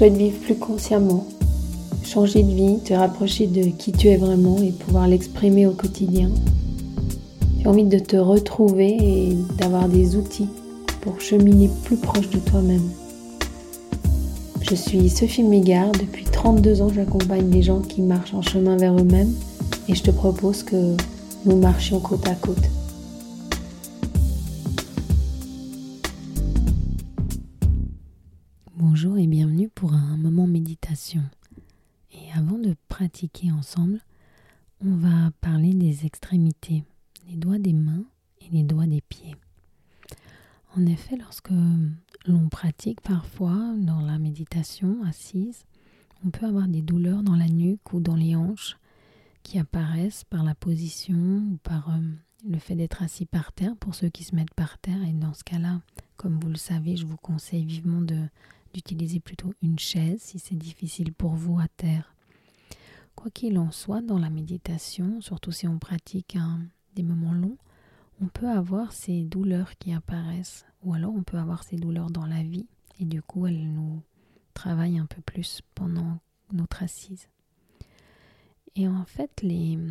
souhaites vivre plus consciemment, changer de vie, te rapprocher de qui tu es vraiment et pouvoir l'exprimer au quotidien. Tu as envie de te retrouver et d'avoir des outils pour cheminer plus proche de toi-même. Je suis Sophie Mégard, depuis 32 ans j'accompagne des gens qui marchent en chemin vers eux-mêmes et je te propose que nous marchions côte à côte. Bonjour et bienvenue pour un moment méditation. Et avant de pratiquer ensemble, on va parler des extrémités, les doigts des mains et les doigts des pieds. En effet, lorsque l'on pratique parfois dans la méditation assise, on peut avoir des douleurs dans la nuque ou dans les hanches qui apparaissent par la position ou par le fait d'être assis par terre pour ceux qui se mettent par terre. Et dans ce cas-là, comme vous le savez, je vous conseille vivement d'utiliser plutôt une chaise si c'est difficile pour vous à terre. Quoi qu'il en soit, dans la méditation, surtout si on pratique des moments longs, on peut avoir ces douleurs qui apparaissent, ou alors on peut avoir ces douleurs dans la vie, et du coup elles nous travaillent un peu plus pendant notre assise. Et en fait,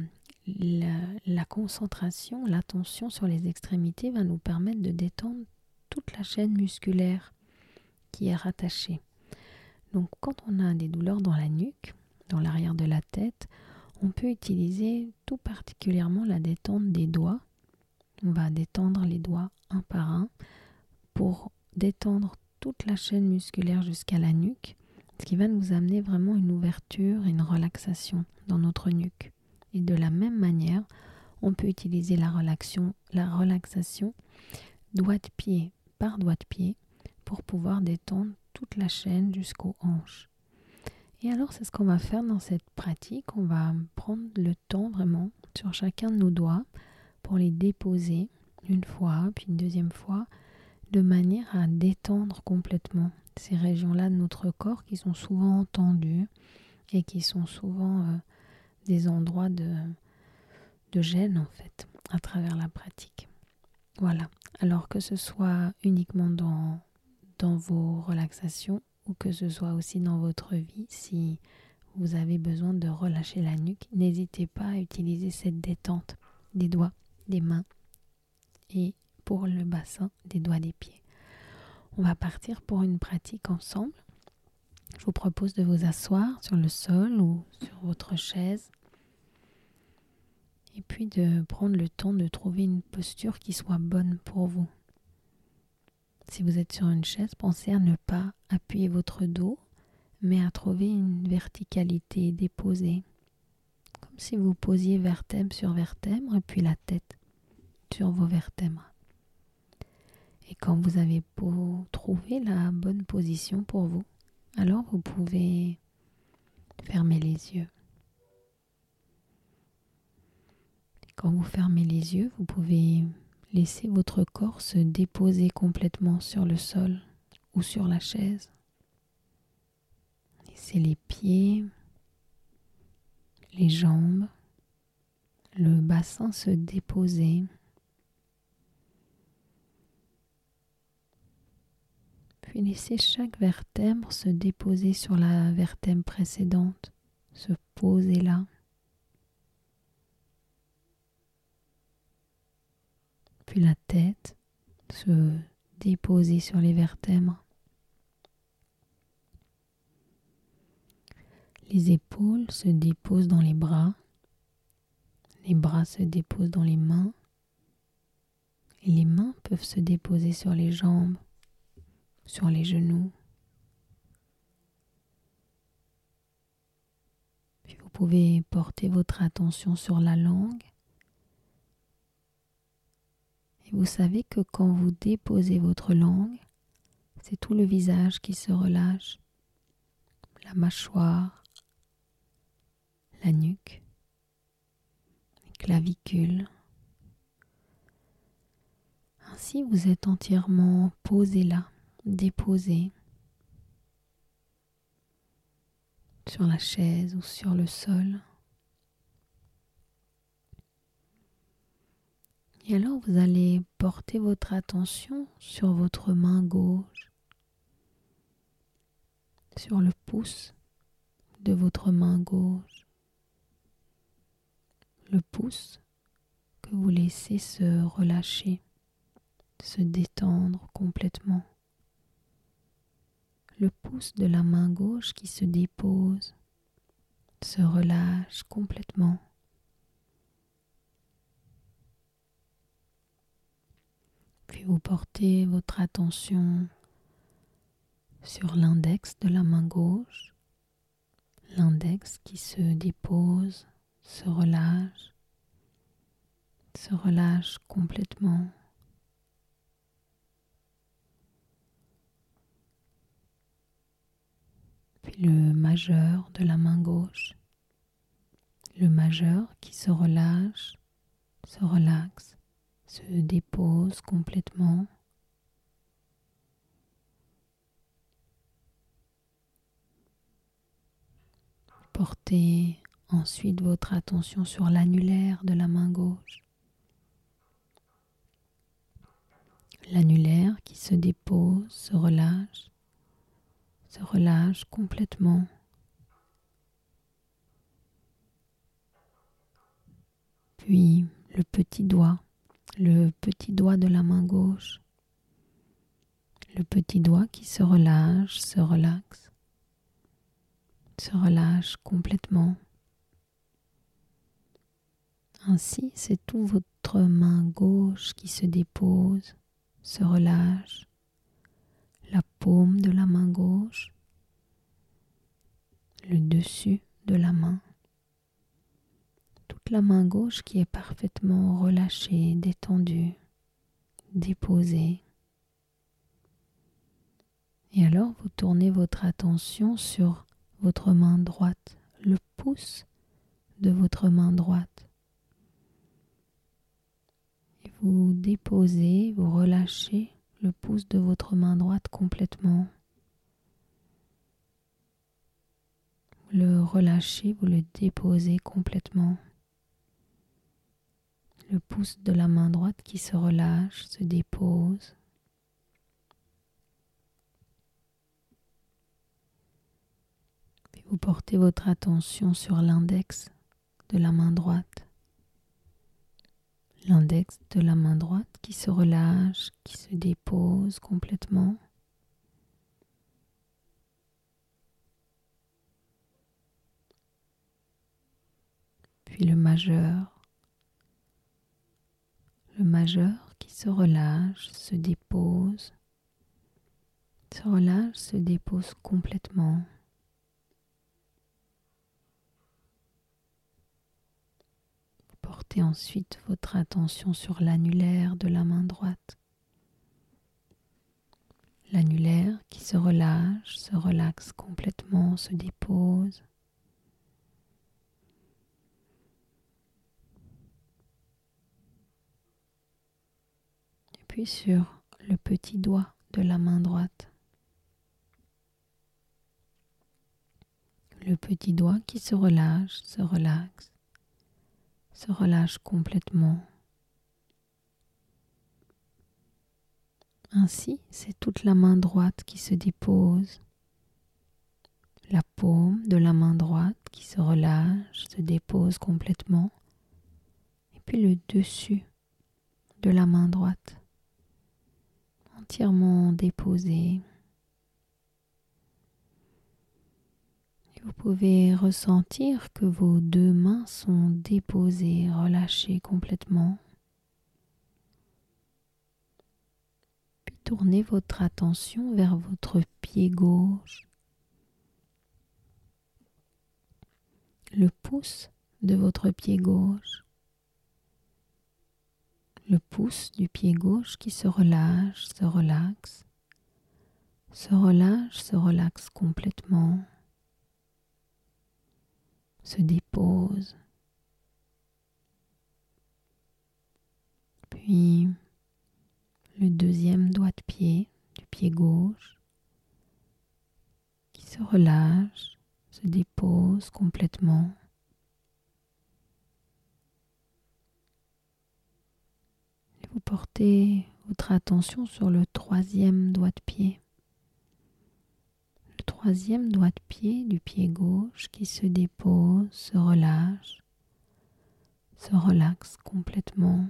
la concentration, l'attention sur les extrémités va nous permettre de détendre toute la chaîne musculaire qui est rattachée. Donc quand on a des douleurs dans la nuque, dans l'arrière de la tête, on peut utiliser tout particulièrement la détente des doigts. On va détendre les doigts un par un pour détendre toute la chaîne musculaire jusqu'à la nuque, ce qui va nous amener vraiment une ouverture et une relaxation dans notre nuque. Et de la même manière, on peut utiliser la relaxation doigt de pied par doigt de pied pour pouvoir détendre toute la chaîne jusqu'aux hanches. Et alors, c'est ce qu'on va faire dans cette pratique. On va prendre le temps vraiment sur chacun de nos doigts pour les déposer une fois, puis une deuxième fois, de manière à détendre complètement ces régions-là de notre corps qui sont souvent tendues et qui sont souvent des endroits de gêne en fait à travers la pratique. Voilà. Alors que ce soit uniquement dans vos relaxations ou que ce soit aussi dans votre vie, si vous avez besoin de relâcher la nuque, n'hésitez pas à utiliser cette détente des doigts, des mains et pour le bassin des doigts des pieds. On va partir pour une pratique ensemble. Je vous propose de vous asseoir sur le sol ou sur votre chaise et puis de prendre le temps de trouver une posture qui soit bonne pour vous. Si vous êtes sur une chaise, pensez à ne pas appuyer votre dos, mais à trouver une verticalité déposée, comme si vous posiez vertèbre sur vertèbre et puis la tête sur vos vertèbres. Et quand vous avez trouvé la bonne position pour vous, alors vous pouvez fermer les yeux. Et quand vous fermez les yeux, vous pouvez laisser votre corps se déposer complètement sur le sol ou sur la chaise. Laissez les pieds, les jambes, le bassin se déposer. Puis laissez chaque vertèbre se déposer sur la vertèbre précédente, se poser là. Puis la tête se déposer sur les vertèbres. Les épaules se déposent dans les bras se déposent dans les mains, et les mains peuvent se déposer sur les jambes, sur les genoux. Puis vous pouvez porter votre attention sur la langue. Et vous savez que quand vous déposez votre langue, c'est tout le visage qui se relâche, la mâchoire, la nuque, les clavicules. Ainsi, vous êtes entièrement posé là, déposé sur la chaise ou sur le sol. Et alors, vous allez porter votre attention sur votre main gauche, sur le pouce de votre main gauche. Le pouce que vous laissez se relâcher, se détendre complètement. Le pouce de la main gauche qui se dépose, se relâche complètement. Puis vous portez votre attention sur l'index de la main gauche, l'index qui se dépose, se relâche complètement. Puis le majeur de la main gauche, le majeur qui se relâche, se relaxe, se dépose complètement. Portez ensuite votre attention sur l'annulaire de la main gauche. L'annulaire qui se dépose, se relâche complètement. Puis le petit doigt de la main gauche. Le petit doigt qui se relâche, se relaxe, se relâche complètement. Ainsi, c'est tout votre main gauche qui se dépose, se relâche, la paume de la main gauche, le dessus de la main, toute la main gauche qui est parfaitement relâchée, détendue, déposée. Et alors, vous tournez votre attention sur votre main droite, le pouce de votre main droite. Et vous déposez, vous relâchez le pouce de votre main droite complètement. Vous le relâchez, vous le déposez complètement. Le pouce de la main droite qui se relâche, se dépose. Puis vous portez votre attention sur l'index de la main droite. L'index de la main droite qui se relâche, qui se dépose complètement. Puis le majeur qui se relâche, se dépose, se dépose complètement. Vous portez ensuite votre attention sur l'annulaire de la main droite. L'annulaire qui se relâche, se relaxe complètement, se dépose. Et puis sur le petit doigt de la main droite. Le petit doigt qui se relâche, se relaxe, se relâche complètement. Ainsi, c'est toute la main droite qui se dépose. La paume de la main droite qui se relâche, se dépose complètement. Et puis le dessus de la main droite, entièrement déposé. Et vous pouvez ressentir que vos deux mains sont déposées, relâchées complètement. Puis tournez votre attention vers votre pied gauche. Le pouce de votre pied gauche. Le pouce du pied gauche qui se relâche, se relaxe, se relaxe complètement, se dépose. Puis le deuxième doigt de pied du pied gauche qui se relâche, se dépose complètement. Et vous portez votre attention sur le troisième doigt de pied. Le troisième doigt de pied du pied gauche qui se dépose, se relâche, se relaxe complètement.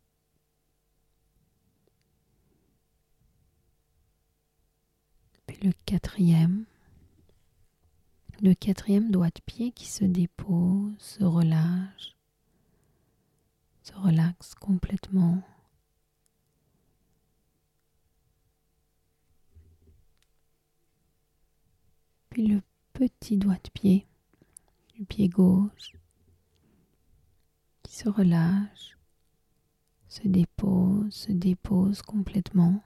Puis le quatrième doigt de pied qui se dépose, se relâche, se relaxe complètement. Puis le petit doigt de pied du pied gauche qui se relâche, se dépose complètement.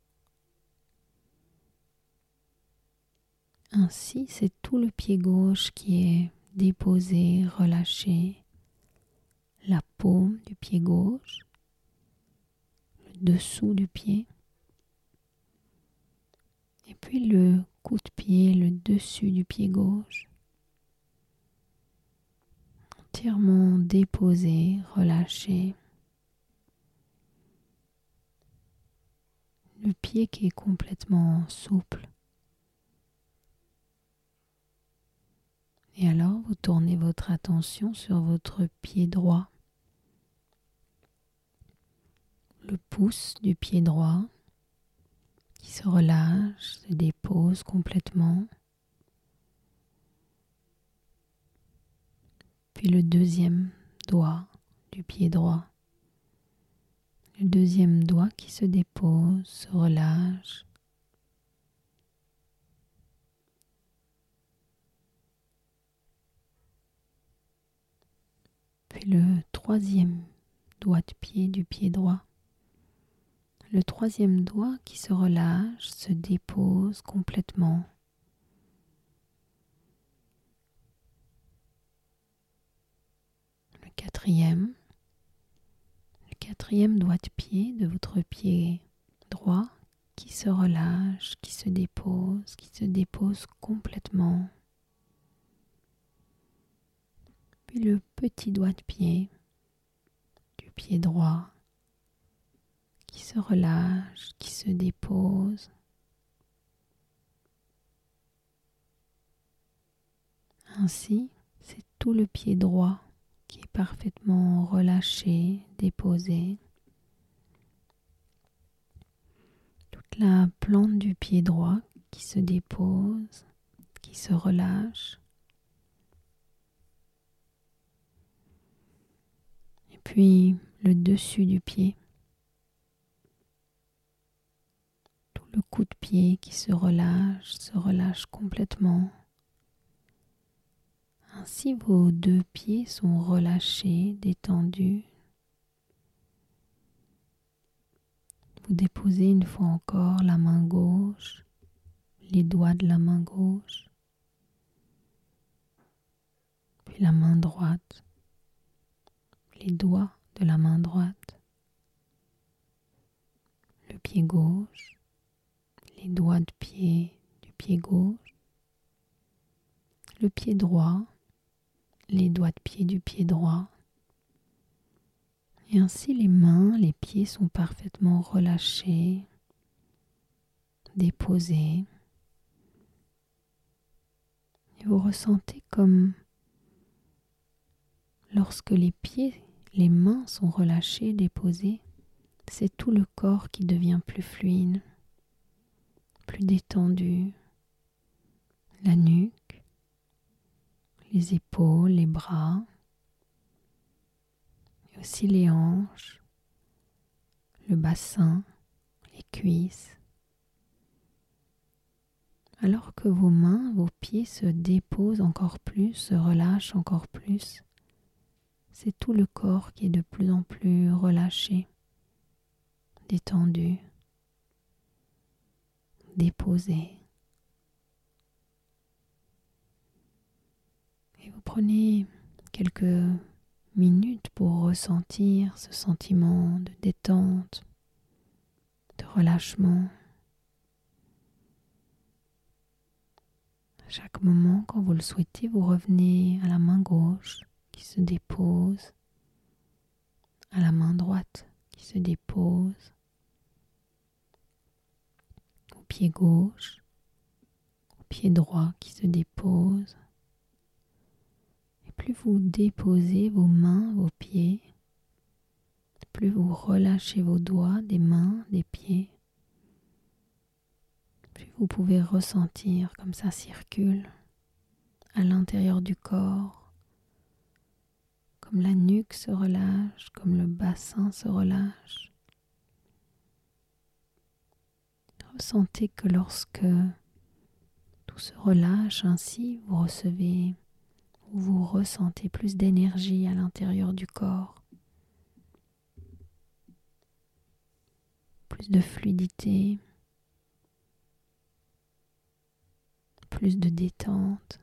Ainsi, c'est tout le pied gauche qui est déposé, relâché, la paume du pied gauche, le dessous du pied, et puis le coup de pied, le dessus du pied gauche, entièrement déposé, relâché. Le pied qui est complètement souple. Et alors, vous tournez votre attention sur votre pied droit. Le pouce du pied droit qui se relâche, se dépose complètement. Puis le deuxième doigt du pied droit. Le deuxième doigt qui se dépose, se relâche. Puis le troisième doigt de pied du pied droit. Le troisième doigt qui se relâche, se dépose complètement. Le quatrième doigt de pied de votre pied droit qui se relâche, qui se dépose complètement. Puis le petit doigt de pied du pied droit qui se relâche, qui se dépose. Ainsi, c'est tout le pied droit qui est parfaitement relâché, déposé. Toute la plante du pied droit qui se dépose, qui se relâche. Et puis le dessus du pied. Tout le coup de pied qui se relâche complètement. Ainsi, vos deux pieds sont relâchés, détendus. Vous déposez une fois encore la main gauche, les doigts de la main gauche, puis la main droite, les doigts de la main droite, le pied gauche, les doigts de pied du pied gauche, le pied droit, les doigts de pied du pied droit. Et ainsi les mains, les pieds sont parfaitement relâchés, déposés. Et vous ressentez comme lorsque les pieds, les mains sont relâchées, déposées, c'est tout le corps qui devient plus fluide, plus détendu. La nuque, les épaules, les bras, et aussi les hanches, le bassin, les cuisses. Alors que vos mains, vos pieds se déposent encore plus, se relâchent encore plus, c'est tout le corps qui est de plus en plus relâché, détendu, déposé. Et vous prenez quelques minutes pour ressentir ce sentiment de détente, de relâchement. À chaque moment, quand vous le souhaitez, vous revenez à la main gauche qui se dépose, à la main droite qui se dépose, au pied gauche, au pied droit qui se dépose. Et plus vous déposez vos mains, vos pieds, plus vous relâchez vos doigts des mains, des pieds, plus vous pouvez ressentir comme ça circule à l'intérieur du corps, comme la nuque se relâche, comme le bassin se relâche. Ressentez que lorsque tout se relâche ainsi, vous ressentez plus d'énergie à l'intérieur du corps, plus de fluidité, plus de détente.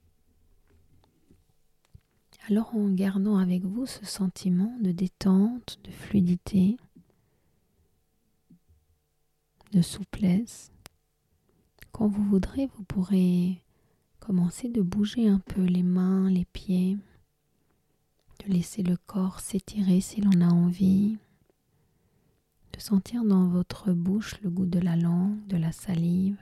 Alors en gardant avec vous ce sentiment de détente, de fluidité, de souplesse, quand vous voudrez, vous pourrez commencer de bouger un peu les mains, les pieds, de laisser le corps s'étirer si l'on a envie, de sentir dans votre bouche le goût de la langue, de la salive.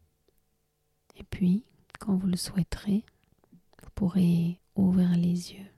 Et puis, quand vous le souhaiterez, vous pourrez ouvrir les yeux.